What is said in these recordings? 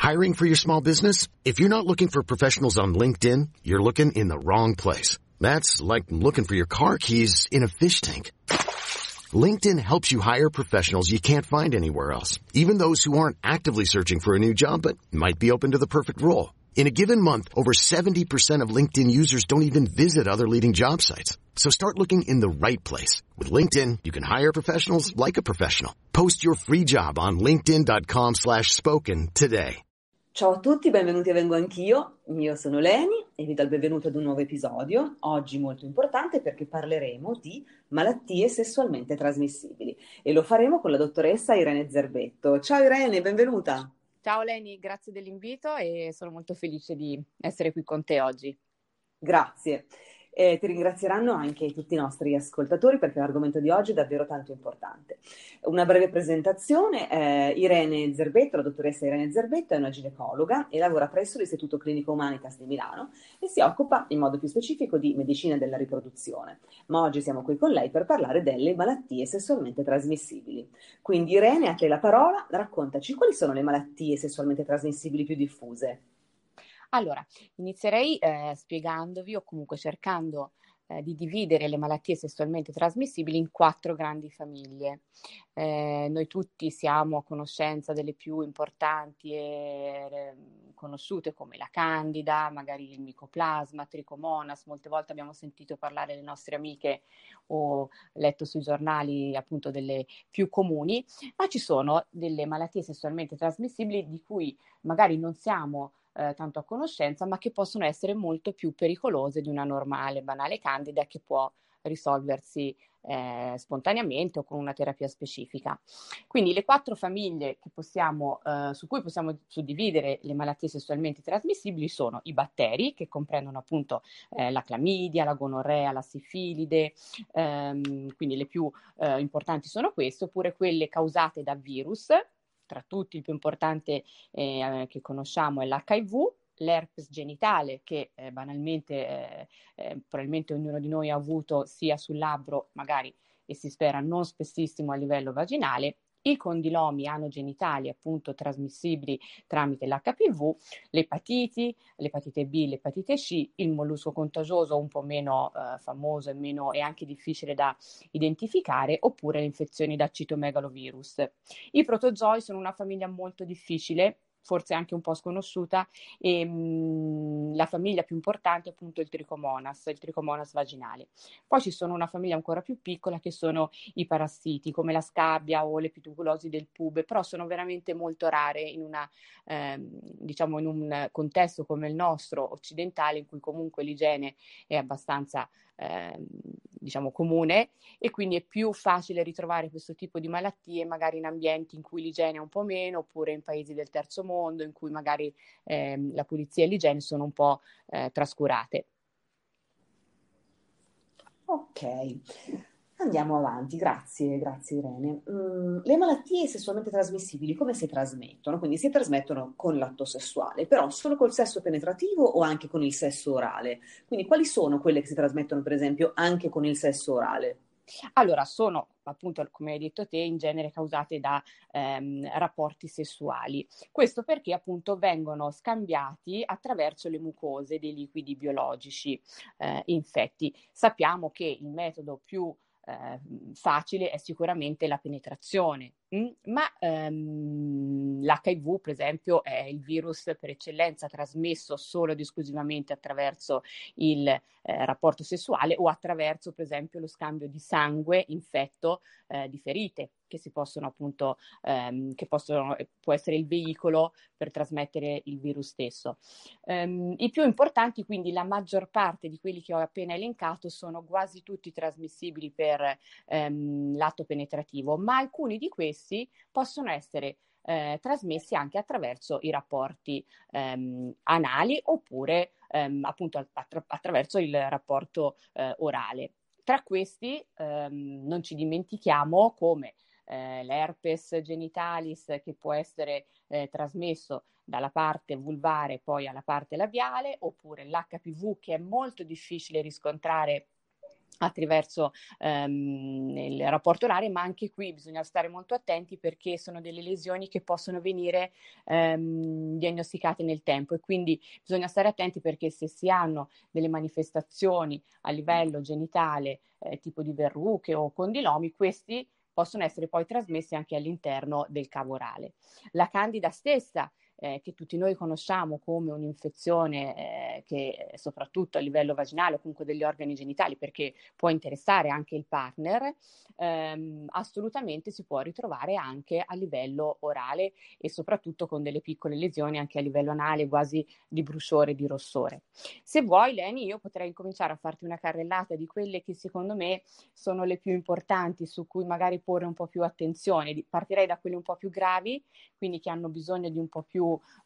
Hiring for your small business? If you're not looking for professionals on LinkedIn, you're looking in the wrong place. That's like looking for your car keys in a fish tank. LinkedIn helps you hire professionals you can't find anywhere else, even those who aren't actively searching for a new job but might be open to the perfect role. In a given month, over 70% of LinkedIn users don't even visit other leading job sites. So start looking in the right place. With LinkedIn, you can hire professionals like a professional. Post your free job on linkedin.com/spoken today. Ciao a tutti, benvenuti a Vengo Anch'io. Io sono Leni e vi do il benvenuto ad un nuovo episodio, oggi molto importante perché parleremo di malattie sessualmente trasmissibili e lo faremo con la dottoressa Irene Zerbetto. Ciao Irene, benvenuta. Ciao Leni, grazie dell'invito e sono molto felice di essere qui con te oggi. Grazie. Ti ringrazieranno anche tutti i nostri ascoltatori perché l'argomento di oggi è davvero tanto importante. Una breve presentazione. Irene Zerbetto, la dottoressa Irene Zerbetto è una ginecologa e lavora presso l'Istituto Clinico Humanitas di Milano e si occupa in modo più specifico di medicina della riproduzione. Ma oggi siamo qui con lei per parlare delle malattie sessualmente trasmissibili. Quindi Irene, a te la parola, raccontaci quali sono le malattie sessualmente trasmissibili più diffuse. Allora, inizierei spiegandovi o comunque cercando di dividere le malattie sessualmente trasmissibili in 4 grandi famiglie. Noi tutti siamo a conoscenza delle più importanti e conosciute come la Candida, magari il Mycoplasma, Trichomonas. Molte volte abbiamo sentito parlare le nostre amiche o letto sui giornali appunto delle più comuni, ma ci sono delle malattie sessualmente trasmissibili di cui magari non siamo tanto a conoscenza, ma che possono essere molto più pericolose di una normale, banale candida che può risolversi spontaneamente o con una terapia specifica. Quindi le 4 famiglie che su cui possiamo suddividere le malattie sessualmente trasmissibili sono i batteri, che comprendono appunto la clamidia, la gonorrea, la sifilide, quindi le più importanti sono queste, oppure quelle causate da virus. Tra tutti il più importante che conosciamo è l'HIV, l'herpes genitale che banalmente probabilmente ognuno di noi ha avuto sia sul labbro, magari e si spera non spessissimo a livello vaginale, i condilomi anogenitali appunto trasmissibili tramite l'HPV, l'epatite B, l'epatite C, il mollusco contagioso un po' meno famoso e anche difficile da identificare, oppure le infezioni da citomegalovirus. I protozoi sono una famiglia molto difficile, forse anche un po' sconosciuta, e la famiglia più importante è appunto il Trichomonas vaginale. Poi ci sono una famiglia ancora più piccola che sono i parassiti come la scabbia o le pituculosi del pube, però sono veramente molto rare in in un contesto come il nostro occidentale, in cui comunque l'igiene è abbastanza comune, e quindi è più facile ritrovare questo tipo di malattie magari in ambienti in cui l'igiene è un po' meno, oppure in paesi del terzo mondo in cui magari la pulizia e l'igiene sono un po' trascurate. Ok, andiamo avanti, grazie Irene. Le malattie sessualmente trasmissibili come si trasmettono? Quindi si trasmettono con l'atto sessuale, però solo col sesso penetrativo o anche con il sesso orale? Quindi quali sono quelle che si trasmettono per esempio anche con il sesso orale? Allora, sono appunto, come hai detto te, in genere causate da rapporti sessuali. Questo perché appunto vengono scambiati attraverso le mucose dei liquidi biologici infetti. Sappiamo che il metodo più facile è sicuramente la penetrazione, ma l'HIV, per esempio, è il virus per eccellenza trasmesso solo ed esclusivamente attraverso il rapporto sessuale o attraverso, per esempio, lo scambio di sangue infetto di ferite che si possono appunto può essere il veicolo per trasmettere il virus stesso. I più importanti, quindi la maggior parte di quelli che ho appena elencato, sono quasi tutti trasmissibili per l'atto penetrativo, ma alcuni di questi possono essere trasmessi anche attraverso i rapporti anali oppure appunto attraverso il rapporto orale. Tra questi non ci dimentichiamo come l'herpes genitalis, che può essere trasmesso dalla parte vulvare poi alla parte labiale, oppure l'HPV, che è molto difficile riscontrare attraverso il rapporto orale, ma anche qui bisogna stare molto attenti perché sono delle lesioni che possono venire diagnosticate nel tempo, e quindi bisogna stare attenti perché se si hanno delle manifestazioni a livello genitale, tipo di verruche o condilomi, questi possono essere poi trasmessi anche all'interno del cavo orale. La candida stessa, che tutti noi conosciamo come un'infezione che soprattutto a livello vaginale o comunque degli organi genitali, perché può interessare anche il partner, assolutamente si può ritrovare anche a livello orale e soprattutto con delle piccole lesioni anche a livello anale, quasi di bruciore, di rossore. Se vuoi, Leni, io potrei cominciare a farti una carrellata di quelle che secondo me sono le più importanti, su cui magari porre un po' più attenzione. Partirei da quelle un po' più gravi, quindi che hanno bisogno di un po' più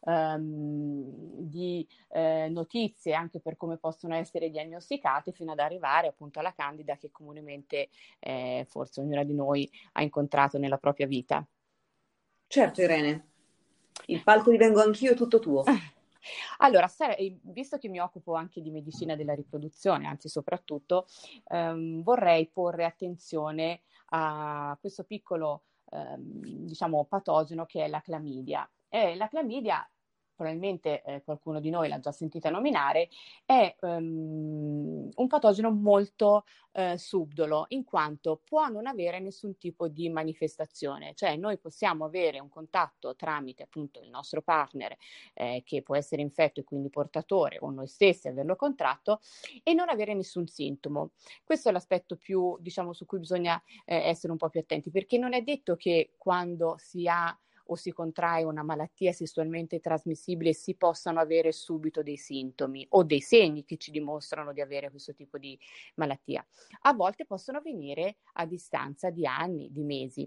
di notizie anche per come possono essere diagnosticate, fino ad arrivare appunto alla candida che comunemente forse ognuna di noi ha incontrato nella propria vita. Certo, Irene, il palco divengo anch'io, tutto tuo. Allora, visto che mi occupo anche di medicina della riproduzione, anzi soprattutto, vorrei porre attenzione a questo piccolo diciamo patogeno che è la clamidia. La clamidia, probabilmente qualcuno di noi l'ha già sentita nominare, è un patogeno molto subdolo, in quanto può non avere nessun tipo di manifestazione, cioè noi possiamo avere un contatto tramite appunto il nostro partner che può essere infetto e quindi portatore, o noi stessi averlo contratto, e non avere nessun sintomo. Questo è l'aspetto più, diciamo, su cui bisogna essere un po' più attenti, perché non è detto che quando si ha o si contrae una malattia sessualmente trasmissibile si possano avere subito dei sintomi o dei segni che ci dimostrano di avere questo tipo di malattia. A volte possono avvenire a distanza di anni, di mesi.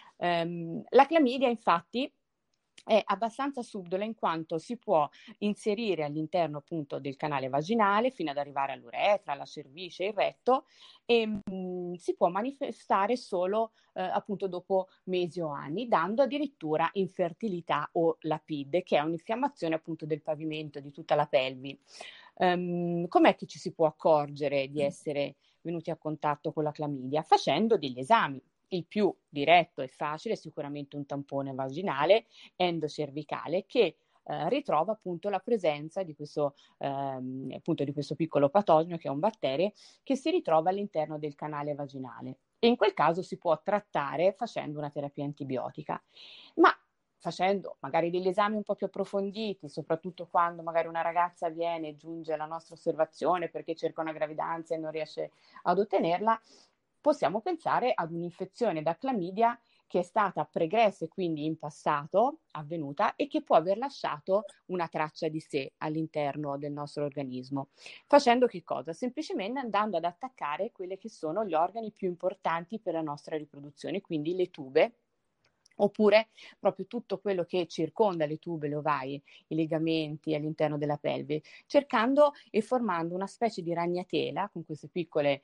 La clamidia, infatti, è abbastanza subdola in quanto si può inserire all'interno appunto del canale vaginale fino ad arrivare all'uretra, alla cervice, il retto, e si può manifestare solo appunto dopo mesi o anni, dando addirittura infertilità o la PID, che è un'infiammazione appunto del pavimento di tutta la pelvi. Com'è che ci si può accorgere di essere venuti a contatto con la clamidia? Facendo degli esami. Il più diretto e facile è sicuramente un tampone vaginale endocervicale che ritrova appunto la presenza di questo, appunto di questo piccolo patogeno, che è un batterio, che si ritrova all'interno del canale vaginale. E in quel caso si può trattare facendo una terapia antibiotica. Ma facendo magari degli esami un po' più approfonditi, soprattutto quando magari una ragazza viene e giunge alla nostra osservazione perché cerca una gravidanza e non riesce ad ottenerla, possiamo pensare ad un'infezione da clamidia che è stata pregressa e quindi in passato avvenuta e che può aver lasciato una traccia di sé all'interno del nostro organismo. Facendo che cosa? Semplicemente andando ad attaccare quelli che sono gli organi più importanti per la nostra riproduzione, quindi le tube, oppure proprio tutto quello che circonda le tube, le ovaie, i legamenti all'interno della pelve, cercando e formando una specie di ragnatela con queste piccole,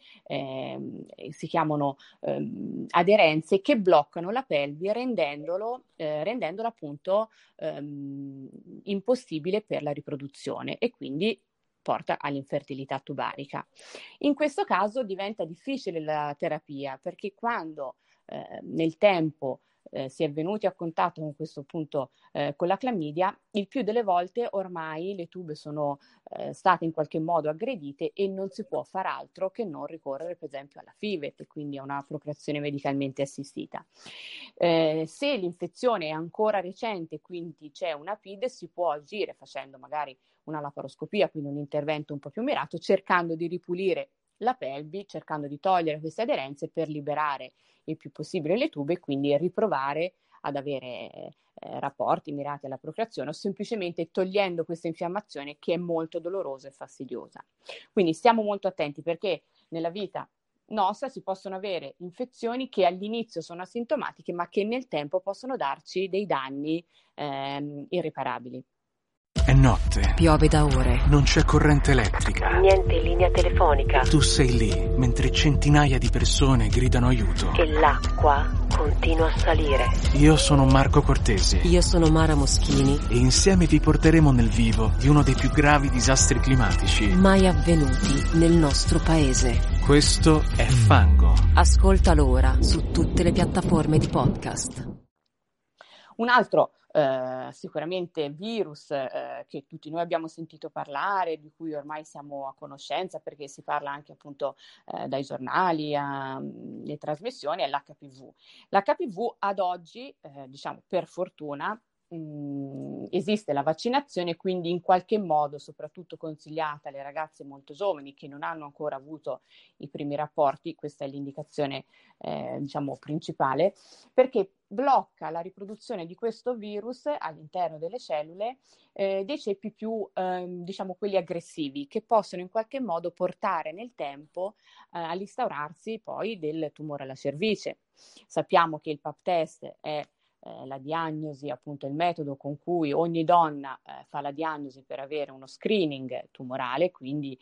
si chiamano aderenze, che bloccano la pelve rendendola appunto impossibile per la riproduzione e quindi porta all'infertilità tubarica. In questo caso diventa difficile la terapia perché quando nel tempo si è venuti a contatto con questo punto con la clamidia, il più delle volte ormai le tube sono state in qualche modo aggredite e non si può far altro che non ricorrere per esempio alla FIVET, quindi a una procreazione medicalmente assistita. Se l'infezione è ancora recente, quindi c'è una PID, si può agire facendo magari una laparoscopia, quindi un intervento un po' più mirato, cercando di ripulire la pelvi, cercando di togliere queste aderenze per liberare il più possibile le tube e quindi riprovare ad avere rapporti mirati alla procreazione o semplicemente togliendo questa infiammazione che è molto dolorosa e fastidiosa. Quindi stiamo molto attenti perché nella vita nostra si possono avere infezioni che all'inizio sono asintomatiche ma che nel tempo possono darci dei danni irreparabili. È notte. Piove da ore. Non c'è corrente elettrica. Niente linea telefonica. Tu sei lì, mentre centinaia di persone gridano aiuto. E l'acqua continua a salire. Io sono Marco Cortesi. Io sono Mara Moschini. E insieme vi porteremo nel vivo di uno dei più gravi disastri climatici mai avvenuti nel nostro paese. Questo è Fango. Ascoltalo ora su tutte le piattaforme di podcast. Un altro sicuramente virus che tutti noi abbiamo sentito parlare, di cui ormai siamo a conoscenza perché si parla anche appunto dai giornali alle trasmissioni, è l'HPV. L'HPV ad oggi, diciamo per fortuna, esiste la vaccinazione, quindi in qualche modo, soprattutto consigliata alle ragazze molto giovani che non hanno ancora avuto i primi rapporti, questa è l'indicazione diciamo principale, perché blocca la riproduzione di questo virus all'interno delle cellule dei ceppi più diciamo quelli aggressivi, che possono in qualche modo portare nel tempo all'instaurarsi poi del tumore alla cervice. Sappiamo che il pap test è la diagnosi, appunto il metodo con cui ogni donna fa la diagnosi per avere uno screening tumorale, quindi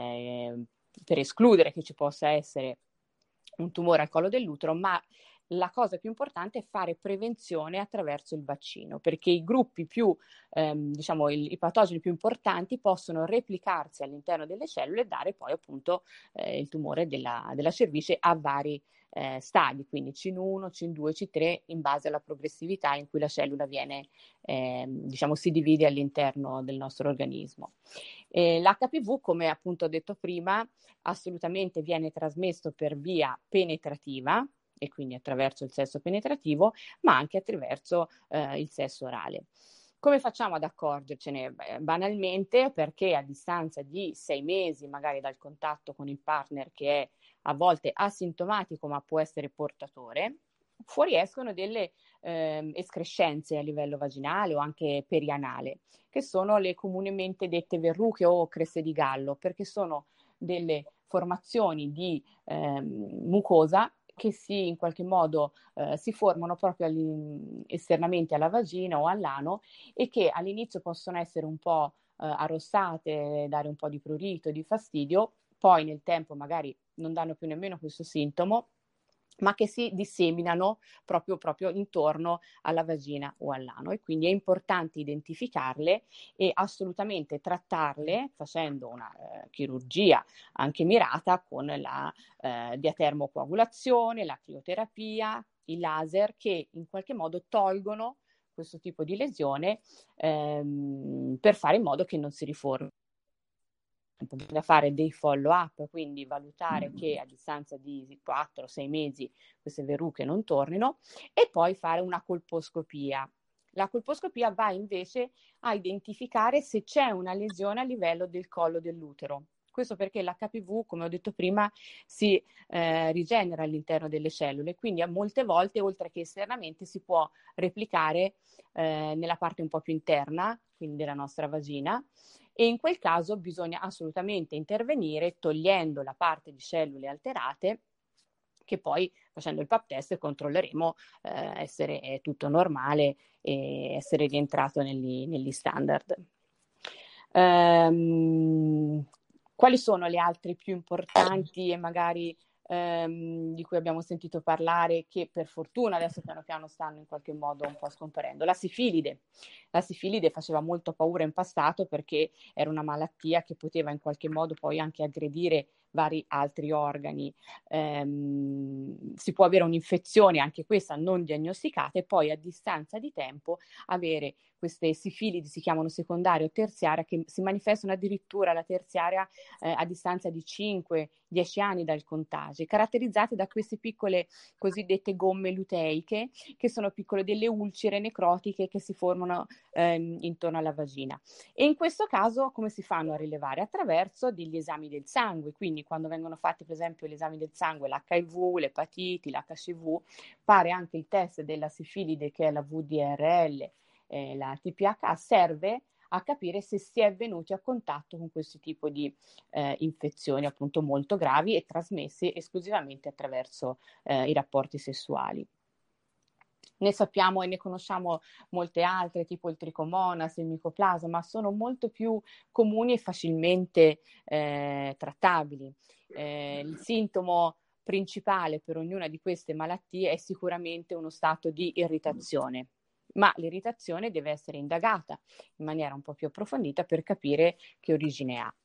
per escludere che ci possa essere un tumore al collo dell'utero, ma la cosa più importante è fare prevenzione attraverso il vaccino, perché i gruppi più, diciamo, i patogeni più importanti possono replicarsi all'interno delle cellule e dare poi appunto il tumore della cervice a vari stadi, quindi C1, C2, C3, in base alla progressività in cui la cellula viene, diciamo, si divide all'interno del nostro organismo. L'HPV, come appunto ho detto prima, assolutamente viene trasmesso per via penetrativa, e quindi attraverso il sesso penetrativo, ma anche attraverso il sesso orale. Come facciamo ad accorgercene? Banalmente perché a distanza di 6 mesi, magari dal contatto con il partner che è a volte asintomatico ma può essere portatore, fuoriescono delle escrescenze a livello vaginale o anche perianale, che sono le comunemente dette verruche o creste di gallo, perché sono delle formazioni di mucosa che in qualche modo si formano proprio esternamente alla vagina o all'ano e che all'inizio possono essere un po' arrossate, dare un po' di prurito, di fastidio, poi nel tempo magari non danno più nemmeno questo sintomo, ma che si disseminano proprio intorno alla vagina o all'ano, e quindi è importante identificarle e assolutamente trattarle facendo una chirurgia anche mirata con la diatermocoagulazione, la crioterapia, il laser, che in qualche modo tolgono questo tipo di lesione per fare in modo che non si riformi. Bisogna fare dei follow up, quindi valutare che a distanza di 4-6 mesi queste verruche non tornino, e poi fare una colposcopia. La colposcopia va invece a identificare se c'è una lesione a livello del collo dell'utero. Questo perché l'HPV, come ho detto prima, si rigenera all'interno delle cellule, quindi a molte volte, oltre che esternamente, si può replicare nella parte un po' più interna, quindi della nostra vagina, e in quel caso bisogna assolutamente intervenire togliendo la parte di cellule alterate, che poi facendo il pap test controlleremo essere tutto normale e essere rientrato negli standard. Quali sono le altre più importanti e magari di cui abbiamo sentito parlare, che per fortuna adesso piano piano stanno in qualche modo un po' scomparendo? La sifilide. La sifilide faceva molto paura in passato perché era una malattia che poteva in qualche modo poi anche aggredire vari altri organi. Si può avere un'infezione, anche questa non diagnosticata, e poi a distanza di tempo avere queste sifilidi, si chiamano secondaria o terziaria, che si manifestano addirittura la terziaria a distanza di 5-10 anni dal contagio, caratterizzate da queste piccole cosiddette gomme luteiche, che sono piccole delle ulcere necrotiche che si formano intorno alla vagina. E in questo caso come si fanno a rilevare? Attraverso degli esami del sangue, quindi quando vengono fatti per esempio gli esami del sangue, l'HIV, l'epatiti, l'HCV, fare anche il test della sifilide, che è la VDRL, la TPH, serve a capire se si è venuti a contatto con questo tipo di infezioni appunto molto gravi e trasmesse esclusivamente attraverso i rapporti sessuali. Ne sappiamo e ne conosciamo molte altre, tipo il tricomonas, il micoplasma, ma sono molto più comuni e facilmente trattabili. Il sintomo principale per ognuna di queste malattie è sicuramente uno stato di irritazione, ma l'irritazione deve essere indagata in maniera un po' più approfondita per capire che origine ha.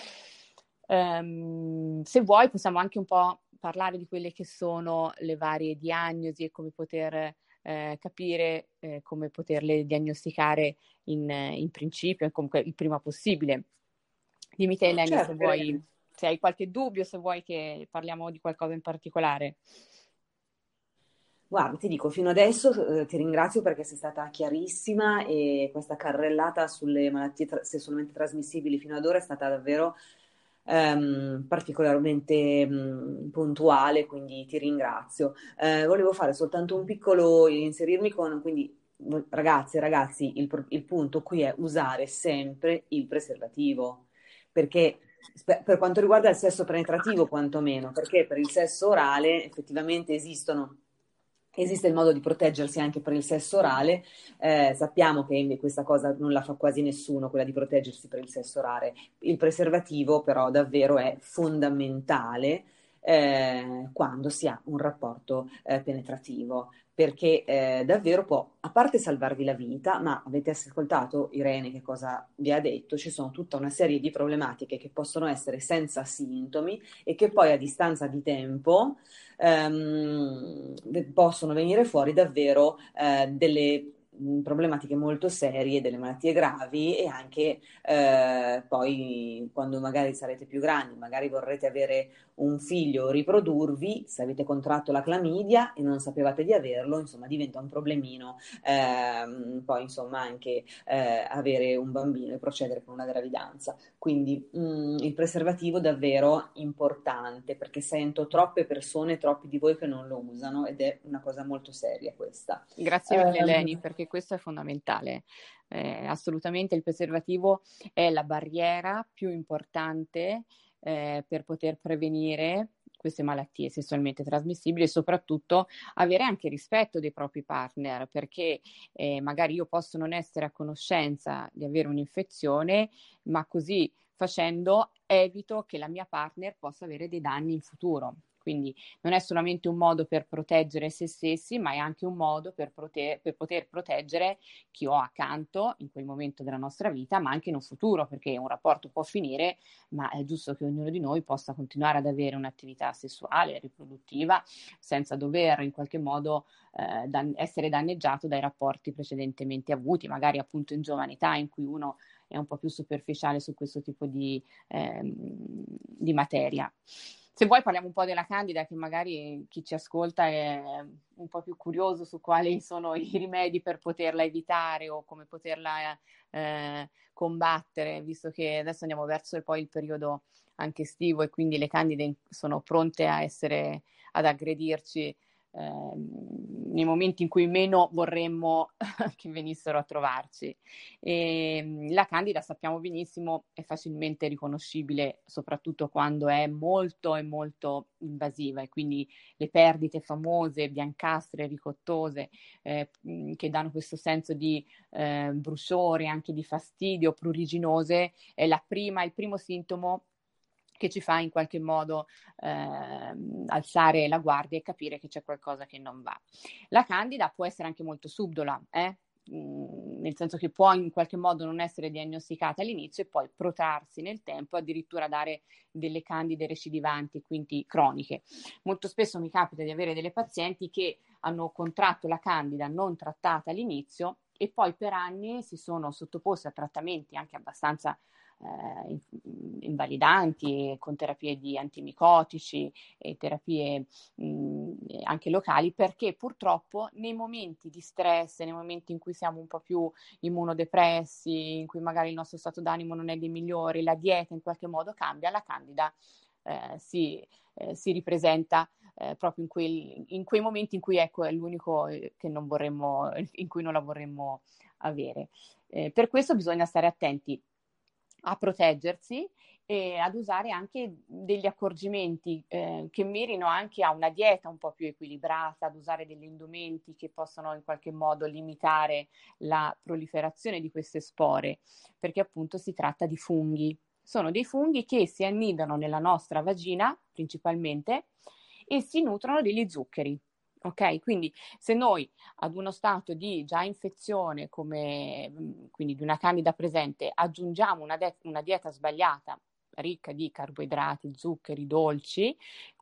Se vuoi possiamo anche un po' parlare di quelle che sono le varie diagnosi e come poter capire come poterle diagnosticare in principio e comunque il prima possibile. Dimmi te, Eleni, Certo, se vuoi, se hai qualche dubbio, se vuoi che parliamo di qualcosa in particolare. Guarda, ti dico, fino adesso ti ringrazio perché sei stata chiarissima e questa carrellata sulle malattie sessualmente trasmissibili fino ad ora è stata davvero particolarmente puntuale, quindi ti ringrazio. Volevo fare soltanto un piccolo, inserirmi con, quindi ragazze e ragazzi, il punto qui è usare sempre il preservativo, perché per quanto riguarda il sesso penetrativo quantomeno, perché per il sesso orale effettivamente esiste il modo di proteggersi anche per il sesso orale, sappiamo che questa cosa non la fa quasi nessuno, quella di proteggersi per il sesso orale. Il preservativo però davvero è fondamentale quando si ha un rapporto penetrativo, perché davvero può, a parte salvarvi la vita, ma avete ascoltato Irene che cosa vi ha detto, ci sono tutta una serie di problematiche che possono essere senza sintomi e che poi a distanza di tempo possono venire fuori davvero delle problematiche molto serie, delle malattie gravi e anche poi quando magari sarete più grandi, magari vorrete avere un figlio o riprodurvi, se avete contratto la clamidia e non sapevate di averlo, insomma diventa un problemino poi insomma anche avere un bambino e procedere con una gravidanza. Quindi il preservativo davvero importante perché sento troppe persone, troppi di voi che non lo usano ed è una cosa molto seria questa. Grazie mille Leni, perché questo è fondamentale. Assolutamente il preservativo è la barriera più importante per poter prevenire queste malattie sessualmente trasmissibili e soprattutto avere anche rispetto dei propri partner, perché magari io posso non essere a conoscenza di avere un'infezione, ma così facendo evito che la mia partner possa avere dei danni in futuro. Quindi non è solamente un modo per proteggere se stessi, ma è anche un modo per poter proteggere chi ho accanto in quel momento della nostra vita, ma anche in un futuro, perché un rapporto può finire, ma è giusto che ognuno di noi possa continuare ad avere un'attività sessuale, riproduttiva, senza dover in qualche modo essere danneggiato dai rapporti precedentemente avuti, magari appunto in giovane età in cui uno è un po' più superficiale su questo tipo di materia. Se vuoi parliamo un po' della Candida, che magari chi ci ascolta è un po' più curioso su quali sono i rimedi per poterla evitare o come poterla combattere, visto che adesso andiamo verso poi il periodo anche estivo e quindi le Candide sono pronte ad aggredirci nei momenti in cui meno vorremmo che venissero a trovarci. E la Candida, sappiamo benissimo, è facilmente riconoscibile, soprattutto quando è molto invasiva e quindi le perdite famose, biancastre, ricottose, che danno questo senso di bruciore, anche di fastidio, pruriginose, è il primo sintomo che ci fa in qualche modo alzare la guardia e capire che c'è qualcosa che non va. La Candida può essere anche molto subdola, nel senso che può in qualche modo non essere diagnosticata all'inizio e poi protrarsi nel tempo, addirittura dare delle candide recidivanti, quindi croniche. Molto spesso mi capita di avere delle pazienti che hanno contratto la Candida non trattata all'inizio e poi per anni si sono sottoposte a trattamenti anche abbastanza invalidanti, con terapie di antimicotici e terapie anche locali, perché purtroppo nei momenti di stress, nei momenti in cui siamo un po' più immunodepressi, in cui magari il nostro stato d'animo non è dei migliori, la dieta in qualche modo cambia, la Candida si ripresenta proprio in quei momenti in cui ecco, è l'unico che non vorremmo, in cui non la vorremmo avere. Per questo bisogna stare attenti a proteggersi e ad usare anche degli accorgimenti che mirino anche a una dieta un po' più equilibrata, ad usare degli indumenti che possono in qualche modo limitare la proliferazione di queste spore, perché appunto si tratta di funghi. Sono dei funghi che si annidano nella nostra vagina principalmente e si nutrono degli zuccheri. Ok, quindi se noi ad uno stato di già infezione, quindi di una candida presente, aggiungiamo una dieta sbagliata, ricca di carboidrati, zuccheri, dolci,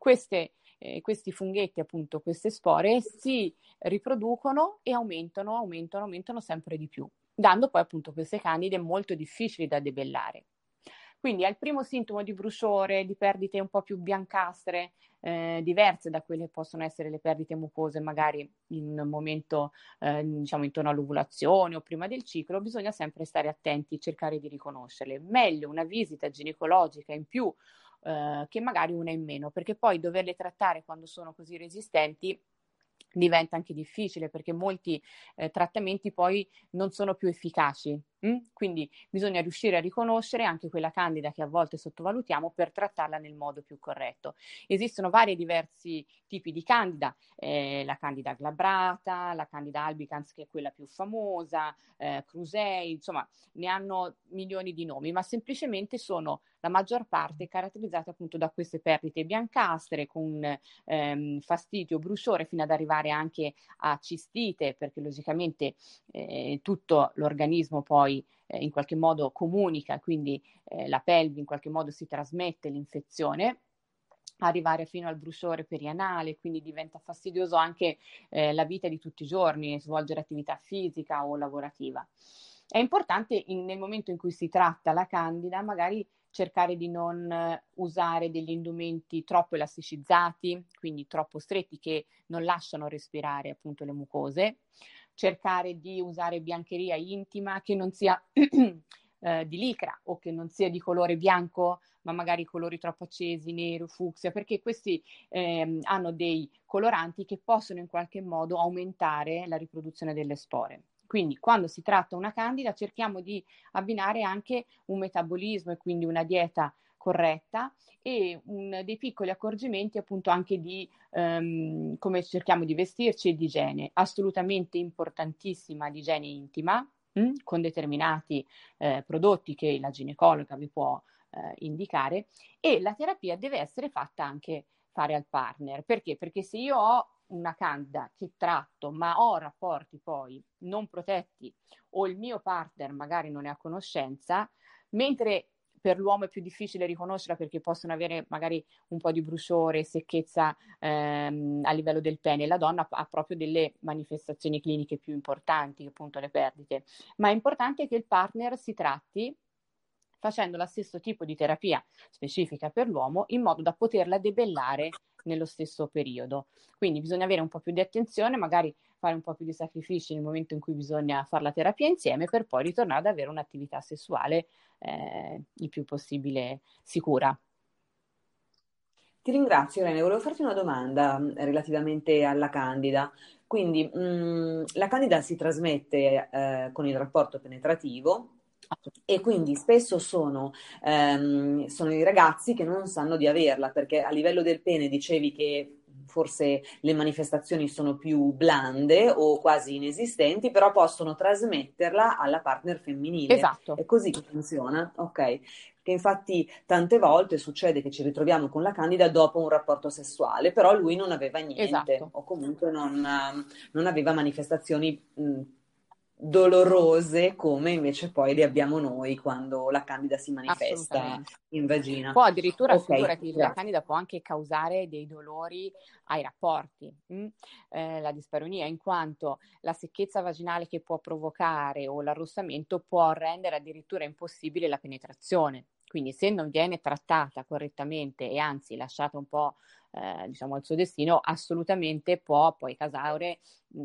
questi funghetti, appunto, queste spore, si riproducono e aumentano sempre di più, dando poi appunto queste candide molto difficili da debellare. Quindi al primo sintomo di bruciore, di perdite un po' più biancastre, diverse da quelle che possono essere le perdite mucose magari in un momento, diciamo, intorno all'ovulazione o prima del ciclo, bisogna sempre stare attenti e cercare di riconoscerle. Meglio una visita ginecologica in più che magari una in meno, perché poi doverle trattare quando sono così resistenti diventa anche difficile, perché molti trattamenti poi non sono più efficaci. Quindi bisogna riuscire a riconoscere anche quella candida che a volte sottovalutiamo per trattarla nel modo più corretto. Esistono vari diversi tipi di candida, la candida glabrata, la candida albicans, che è quella più famosa, crusei, insomma ne hanno milioni di nomi, ma semplicemente sono la maggior parte caratterizzate appunto da queste perdite biancastre con fastidio, bruciore, fino ad arrivare anche a cistite, perché logicamente tutto l'organismo poi in qualche modo comunica, quindi la pelvi in qualche modo si trasmette l'infezione, arrivare fino al bruciore perianale, quindi diventa fastidioso anche la vita di tutti i giorni, svolgere attività fisica o lavorativa. È importante nel momento in cui si tratta la candida magari cercare di non usare degli indumenti troppo elasticizzati, quindi troppo stretti, che non lasciano respirare appunto le mucose, cercare di usare biancheria intima che non sia di licra o che non sia di colore bianco, ma magari colori troppo accesi, nero, fucsia, perché questi hanno dei coloranti che possono in qualche modo aumentare la riproduzione delle spore. Quindi quando si tratta una candida cerchiamo di abbinare anche un metabolismo e quindi una dieta corretta e dei piccoli accorgimenti appunto anche di come cerchiamo di vestirci e di igiene. Assolutamente importantissima l'igiene intima con determinati prodotti che la ginecologa vi può indicare, e la terapia deve essere fatta anche fare al partner. Perché? Perché se io ho una candida che tratto ma ho rapporti poi non protetti o il mio partner magari non è a conoscenza, mentre per l'uomo è più difficile riconoscerla perché possono avere magari un po' di bruciore, secchezza a livello del pene, la donna ha proprio delle manifestazioni cliniche più importanti, appunto le perdite, ma è importante che il partner si tratti facendo lo stesso tipo di terapia specifica per l'uomo in modo da poterla debellare nello stesso periodo. Quindi bisogna avere un po' più di attenzione, magari fare un po' più di sacrifici nel momento in cui bisogna fare la terapia insieme, per poi ritornare ad avere un'attività sessuale il più possibile sicura. Ti ringrazio Irene, volevo farti una domanda relativamente alla candida. Quindi la candida si trasmette con il rapporto penetrativo e quindi spesso sono i ragazzi che non sanno di averla, perché a livello del pene dicevi che forse le manifestazioni sono più blande o quasi inesistenti, però possono trasmetterla alla partner femminile. Esatto. È così che funziona? Ok. Che infatti tante volte succede che ci ritroviamo con la candida dopo un rapporto sessuale, però lui non aveva niente, Esatto. o comunque non aveva manifestazioni dolorose come invece poi le abbiamo noi quando la candida si manifesta in vagina. Poi addirittura, Ok, figurati, la grazie. candida può anche causare dei dolori ai rapporti, la disparonia, in quanto la secchezza vaginale che può provocare o l'arrossamento può rendere addirittura impossibile la penetrazione. Quindi se non viene trattata correttamente e anzi lasciata un po' diciamo al suo destino, assolutamente può poi causare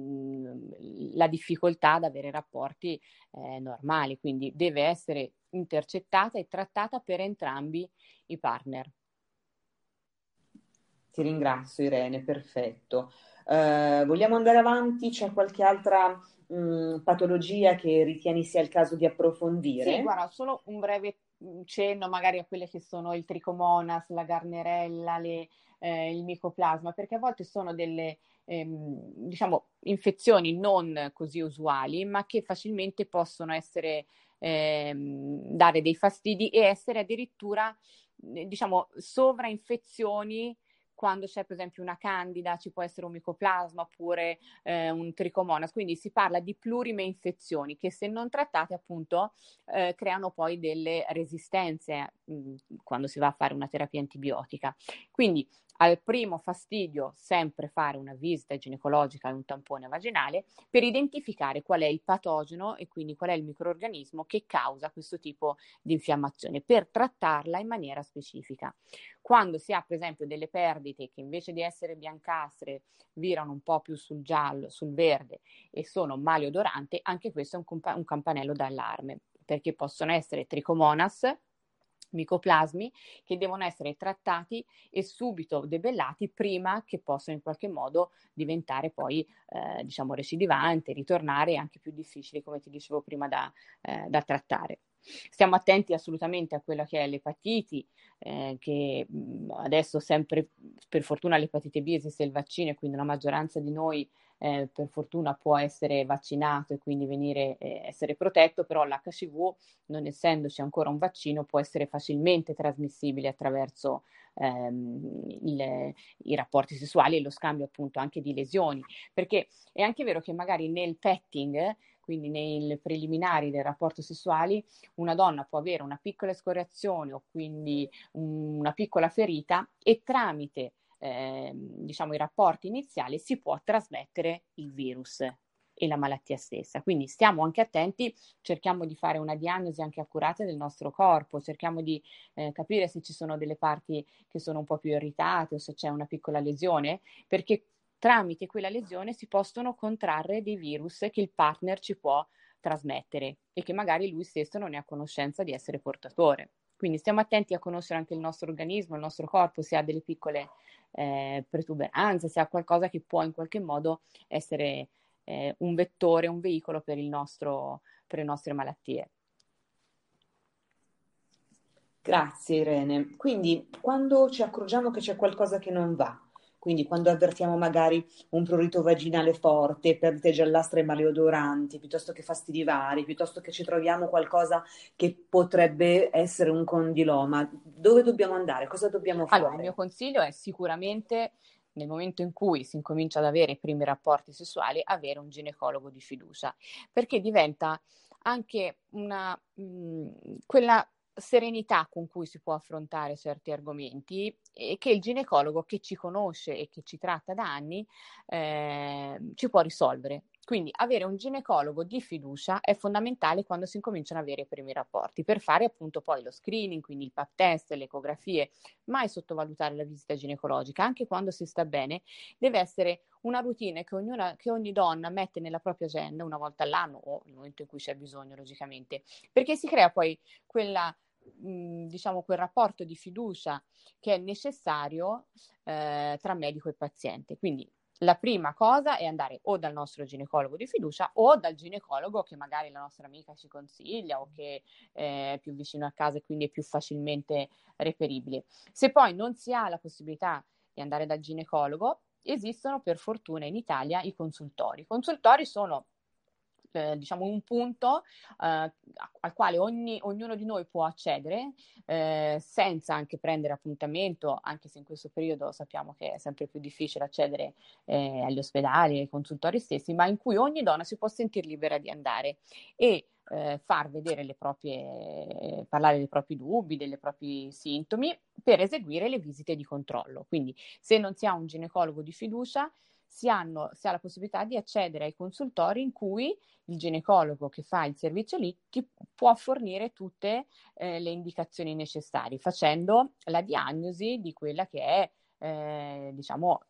la difficoltà ad avere rapporti normali. Quindi deve essere intercettata e trattata per entrambi i partner. Ti ringrazio Irene, perfetto. Vogliamo andare avanti? C'è qualche altra patologia che ritieni sia il caso di Sì, approfondire? guarda, solo un breve cenno magari a quelle che sono il tricomonas, la garnerella, il micoplasma, perché a volte sono delle diciamo, infezioni non così usuali, ma che facilmente possono essere dare dei fastidi e essere addirittura diciamo sovrainfezioni. Quando c'è per esempio una candida, ci può essere un micoplasma oppure un tricomonas, quindi si parla di plurime infezioni che se non trattate appunto creano poi delle resistenze quando si va a fare una terapia antibiotica. Quindi al primo fastidio sempre fare una visita ginecologica e un tampone vaginale per identificare qual è il patogeno e quindi qual è il microrganismo che causa questo tipo di infiammazione per trattarla in maniera specifica. Quando si ha per esempio delle perdite che invece di essere biancastre virano un po' più sul giallo, sul verde e sono maleodorante, anche questo è un campanello d'allarme, perché possono essere tricomonas, micoplasmi che devono essere trattati e subito debellati prima che possano in qualche modo diventare poi diciamo recidivanti, ritornare e anche più difficili, come ti dicevo prima, da trattare. Stiamo attenti assolutamente a quella che è l'epatiti, che adesso sempre per fortuna l'epatite B esiste il vaccino e quindi la maggioranza di noi per fortuna può essere vaccinato e quindi essere protetto, però l'HCV, non essendoci ancora un vaccino, può essere facilmente trasmissibile attraverso i rapporti sessuali e lo scambio appunto anche di lesioni, perché è anche vero che magari nel petting, quindi nei preliminari del rapporto sessuale, una donna può avere una piccola escoriazione o quindi una piccola ferita e tramite diciamo i rapporti iniziali si può trasmettere il virus e la malattia stessa. Quindi stiamo anche attenti, cerchiamo di fare una diagnosi anche accurata del nostro corpo, cerchiamo di capire se ci sono delle parti che sono un po' più irritate o se c'è una piccola lesione, perché tramite quella lesione si possono contrarre dei virus che il partner ci può trasmettere e che magari lui stesso non è a conoscenza di essere portatore. Quindi stiamo attenti a conoscere anche il nostro organismo, il nostro corpo, se ha delle piccole protuberanze, se ha qualcosa che può in qualche modo essere un vettore, un veicolo per le nostre malattie. Grazie Irene. Quindi quando ci accorgiamo che c'è qualcosa che non va, quindi quando avvertiamo magari un prurito vaginale forte, perdite giallastre e maleodoranti, piuttosto che fastidi vari, piuttosto che ci troviamo qualcosa che potrebbe essere un condiloma, dove dobbiamo andare? Cosa dobbiamo Allora, il fare? mio consiglio è sicuramente nel momento in cui si incomincia ad avere i primi rapporti sessuali, avere un ginecologo di fiducia, perché diventa anche quella serenità con cui si può affrontare certi argomenti e che il ginecologo che ci conosce e che ci tratta da anni ci può risolvere. Quindi avere un ginecologo di fiducia è fondamentale quando si incominciano ad avere i primi rapporti per fare appunto poi lo screening, quindi il pap test, le ecografie. Mai sottovalutare la visita ginecologica, anche quando si sta bene, deve essere una routine che ogni donna mette nella propria agenda una volta all'anno o nel momento in cui c'è bisogno, logicamente, perché si crea poi diciamo quel rapporto di fiducia che è necessario tra medico e paziente. Quindi la prima cosa è andare o dal nostro ginecologo di fiducia o dal ginecologo che magari la nostra amica ci consiglia o che è più vicino a casa e quindi è più facilmente reperibile. Se poi non si ha la possibilità di andare dal ginecologo, esistono per fortuna in Italia i consultori. I consultori sono diciamo un punto al quale ognuno di noi può accedere senza anche prendere appuntamento, anche se in questo periodo sappiamo che è sempre più difficile accedere agli ospedali, ai consultori stessi, ma in cui ogni donna si può sentire libera di andare e far vedere parlare dei propri dubbi, dei propri sintomi per eseguire le visite di controllo. Quindi se non si ha un ginecologo di fiducia, si ha la possibilità di accedere ai consultori in cui il ginecologo che fa il servizio lì ti può fornire tutte le indicazioni necessarie, facendo la diagnosi di quella che è diciamo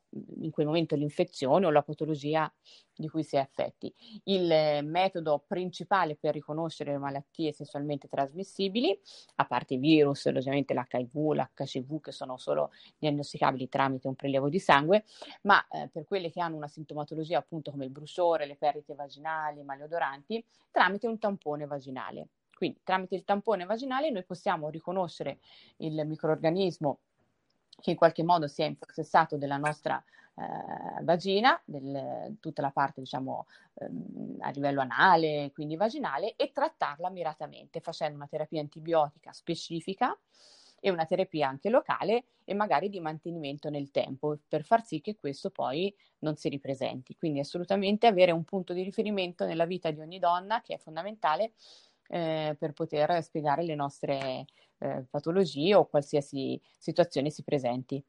in quel momento l'infezione o la patologia di cui si è affetti. Il metodo principale per riconoscere le malattie sessualmente trasmissibili, a parte i virus, logicamente l'HIV, l'HCV, che sono solo diagnosticabili tramite un prelievo di sangue, ma per quelle che hanno una sintomatologia appunto come il bruciore, le perdite vaginali, maleodoranti, tramite un tampone vaginale. Quindi tramite il tampone vaginale noi possiamo riconoscere il microrganismo che in qualche modo si è impossessato della nostra vagina, tutta la parte diciamo a livello anale, quindi vaginale, e trattarla miratamente facendo una terapia antibiotica specifica e una terapia anche locale e magari di mantenimento nel tempo per far sì che questo poi non si ripresenti. Quindi assolutamente avere un punto di riferimento nella vita di ogni donna che è fondamentale per poter spiegare le nostre patologie o qualsiasi situazione si presenti.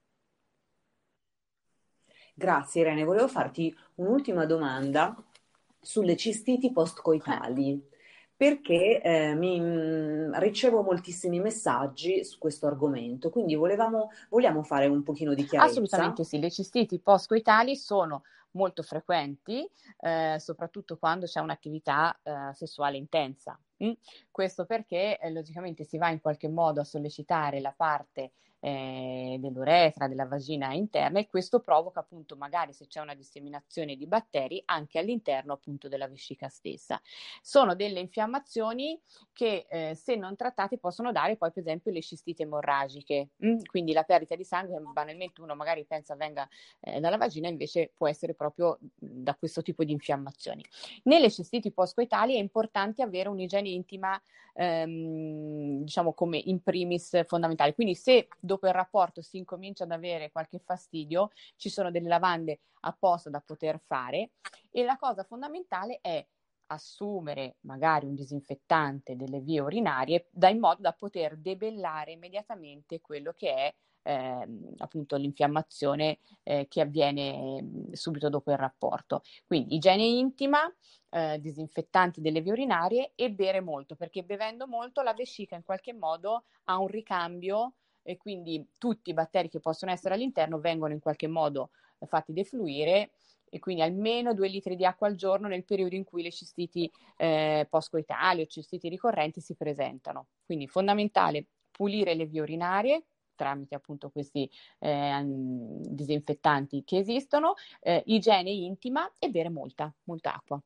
Grazie Irene, volevo farti un'ultima domanda sulle cistiti postcoitali, perché ricevo moltissimi messaggi su questo argomento, quindi vogliamo fare un pochino di chiarezza. Assolutamente sì, le cistiti postcoitali sono molto frequenti, soprattutto quando c'è un'attività sessuale intensa. Questo perché logicamente si va in qualche modo a sollecitare la parte dell'uretra, della vagina interna, e questo provoca appunto magari, se c'è una disseminazione di batteri, anche all'interno appunto della vescica stessa. Sono delle infiammazioni che se non trattate possono dare poi per esempio le cistite emorragiche, quindi la perdita di sangue, banalmente uno magari pensa venga dalla vagina, invece può essere proprio da questo tipo di infiammazioni. Nelle cistiti postcoitali è importante avere un'igiene intima diciamo come in primis fondamentale, quindi se dopo il rapporto si incomincia ad avere qualche fastidio, ci sono delle lavande apposta da poter fare, e la cosa fondamentale è assumere magari un disinfettante delle vie urinarie in modo da poter debellare immediatamente quello che è appunto l'infiammazione che avviene subito dopo il rapporto. Quindi igiene intima, disinfettanti delle vie urinarie e bere molto, perché bevendo molto la vescica in qualche modo ha un ricambio e quindi tutti i batteri che possono essere all'interno vengono in qualche modo fatti defluire, e quindi almeno 2 litri di acqua al giorno nel periodo in cui le cistiti postcoitali o cistiti ricorrenti si presentano. Quindi fondamentale pulire le vie urinarie tramite appunto questi disinfettanti che esistono, igiene intima e bere molta acqua.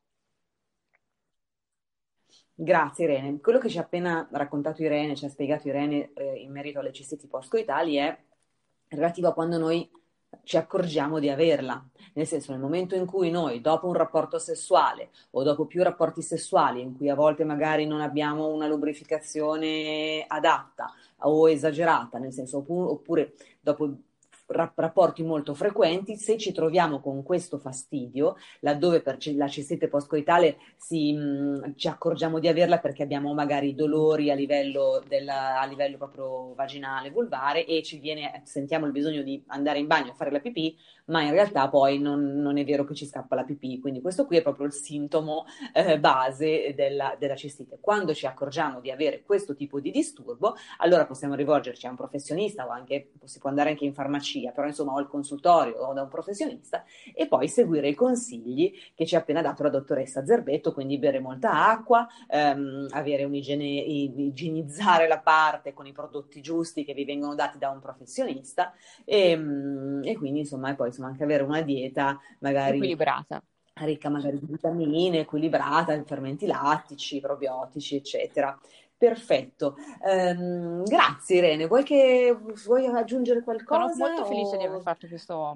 Grazie Irene. Quello che ci ha appena raccontato Irene, ci ha spiegato Irene in merito alle cistiti postcoitali è relativo a quando noi ci accorgiamo di averla. Nel senso, nel momento in cui noi, dopo un rapporto sessuale o dopo più rapporti sessuali, in cui a volte magari non abbiamo una lubrificazione adatta o esagerata, nel senso, oppure dopo rapporti molto frequenti, se ci troviamo con questo fastidio, laddove per la cistite postcoitale ci accorgiamo di averla perché abbiamo magari dolori a livello proprio vaginale, vulvare, e sentiamo il bisogno di andare in bagno a fare la pipì, ma in realtà poi non è vero che ci scappa la pipì, quindi questo qui è proprio il sintomo base della cistite. Quando ci accorgiamo di avere questo tipo di disturbo, allora possiamo rivolgerci a un professionista, o anche si può andare anche in farmacia, però insomma o al consultorio o da un professionista, e poi seguire i consigli che ci ha appena dato la dottoressa Zerbetto, quindi bere molta acqua, avere igienizzare la parte con i prodotti giusti che vi vengono dati da un professionista, e quindi insomma, poi anche avere una dieta magari equilibrata, ricca magari di vitamine, equilibrata, fermenti lattici, probiotici, eccetera. Perfetto, grazie Irene. Vuoi aggiungere qualcosa? Sono molto felice di aver fatto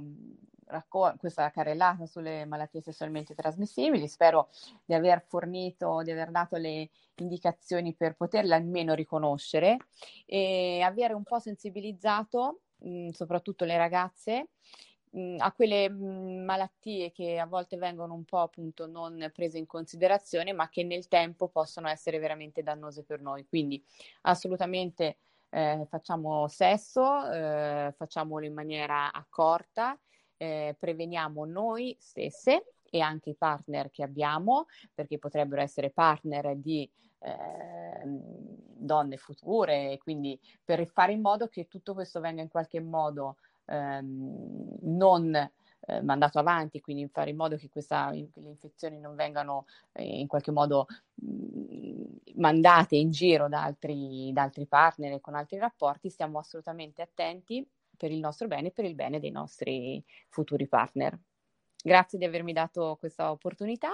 questa carrellata sulle malattie sessualmente trasmissibili. Spero di aver dato le indicazioni per poterle almeno riconoscere e avere un po' sensibilizzato soprattutto le ragazze a quelle malattie che a volte vengono un po' appunto non prese in considerazione, ma che nel tempo possono essere veramente dannose per noi. Quindi assolutamente facciamo sesso, facciamolo in maniera accorta, preveniamo noi stesse e anche i partner che abbiamo, perché potrebbero essere partner di donne future, quindi per fare in modo che tutto questo venga in qualche modo non mandato avanti, quindi fare in modo che le infezioni non vengano in qualche modo mandate in giro da altri partner e con altri rapporti, stiamo assolutamente attenti per il nostro bene e per il bene dei nostri futuri partner. Grazie di avermi dato questa opportunità.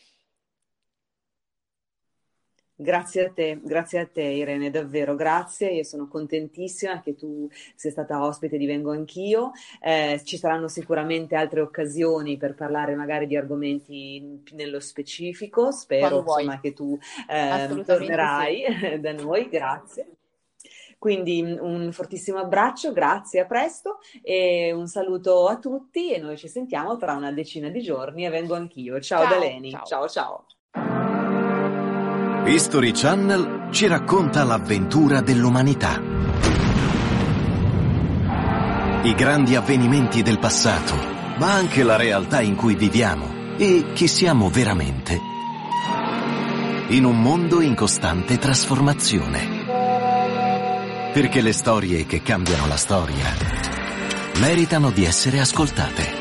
Grazie a te Irene, davvero grazie, io sono contentissima che tu sia stata ospite di Vengo Anch'io, ci saranno sicuramente altre occasioni per parlare magari di argomenti nello specifico, spero insomma che tu tornerai sì. Da noi, grazie. Quindi un fortissimo abbraccio, grazie, a presto e un saluto a tutti e noi ci sentiamo tra una decina di giorni e Vengo Anch'io. Ciao da Leni, ciao. History Channel ci racconta l'avventura dell'umanità. I grandi avvenimenti del passato, ma anche la realtà in cui viviamo e chi siamo veramente. In un mondo in costante trasformazione. Perché le storie che cambiano la storia meritano di essere ascoltate.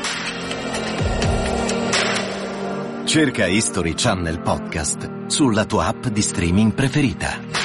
Cerca History Channel Podcast sulla tua app di streaming preferita.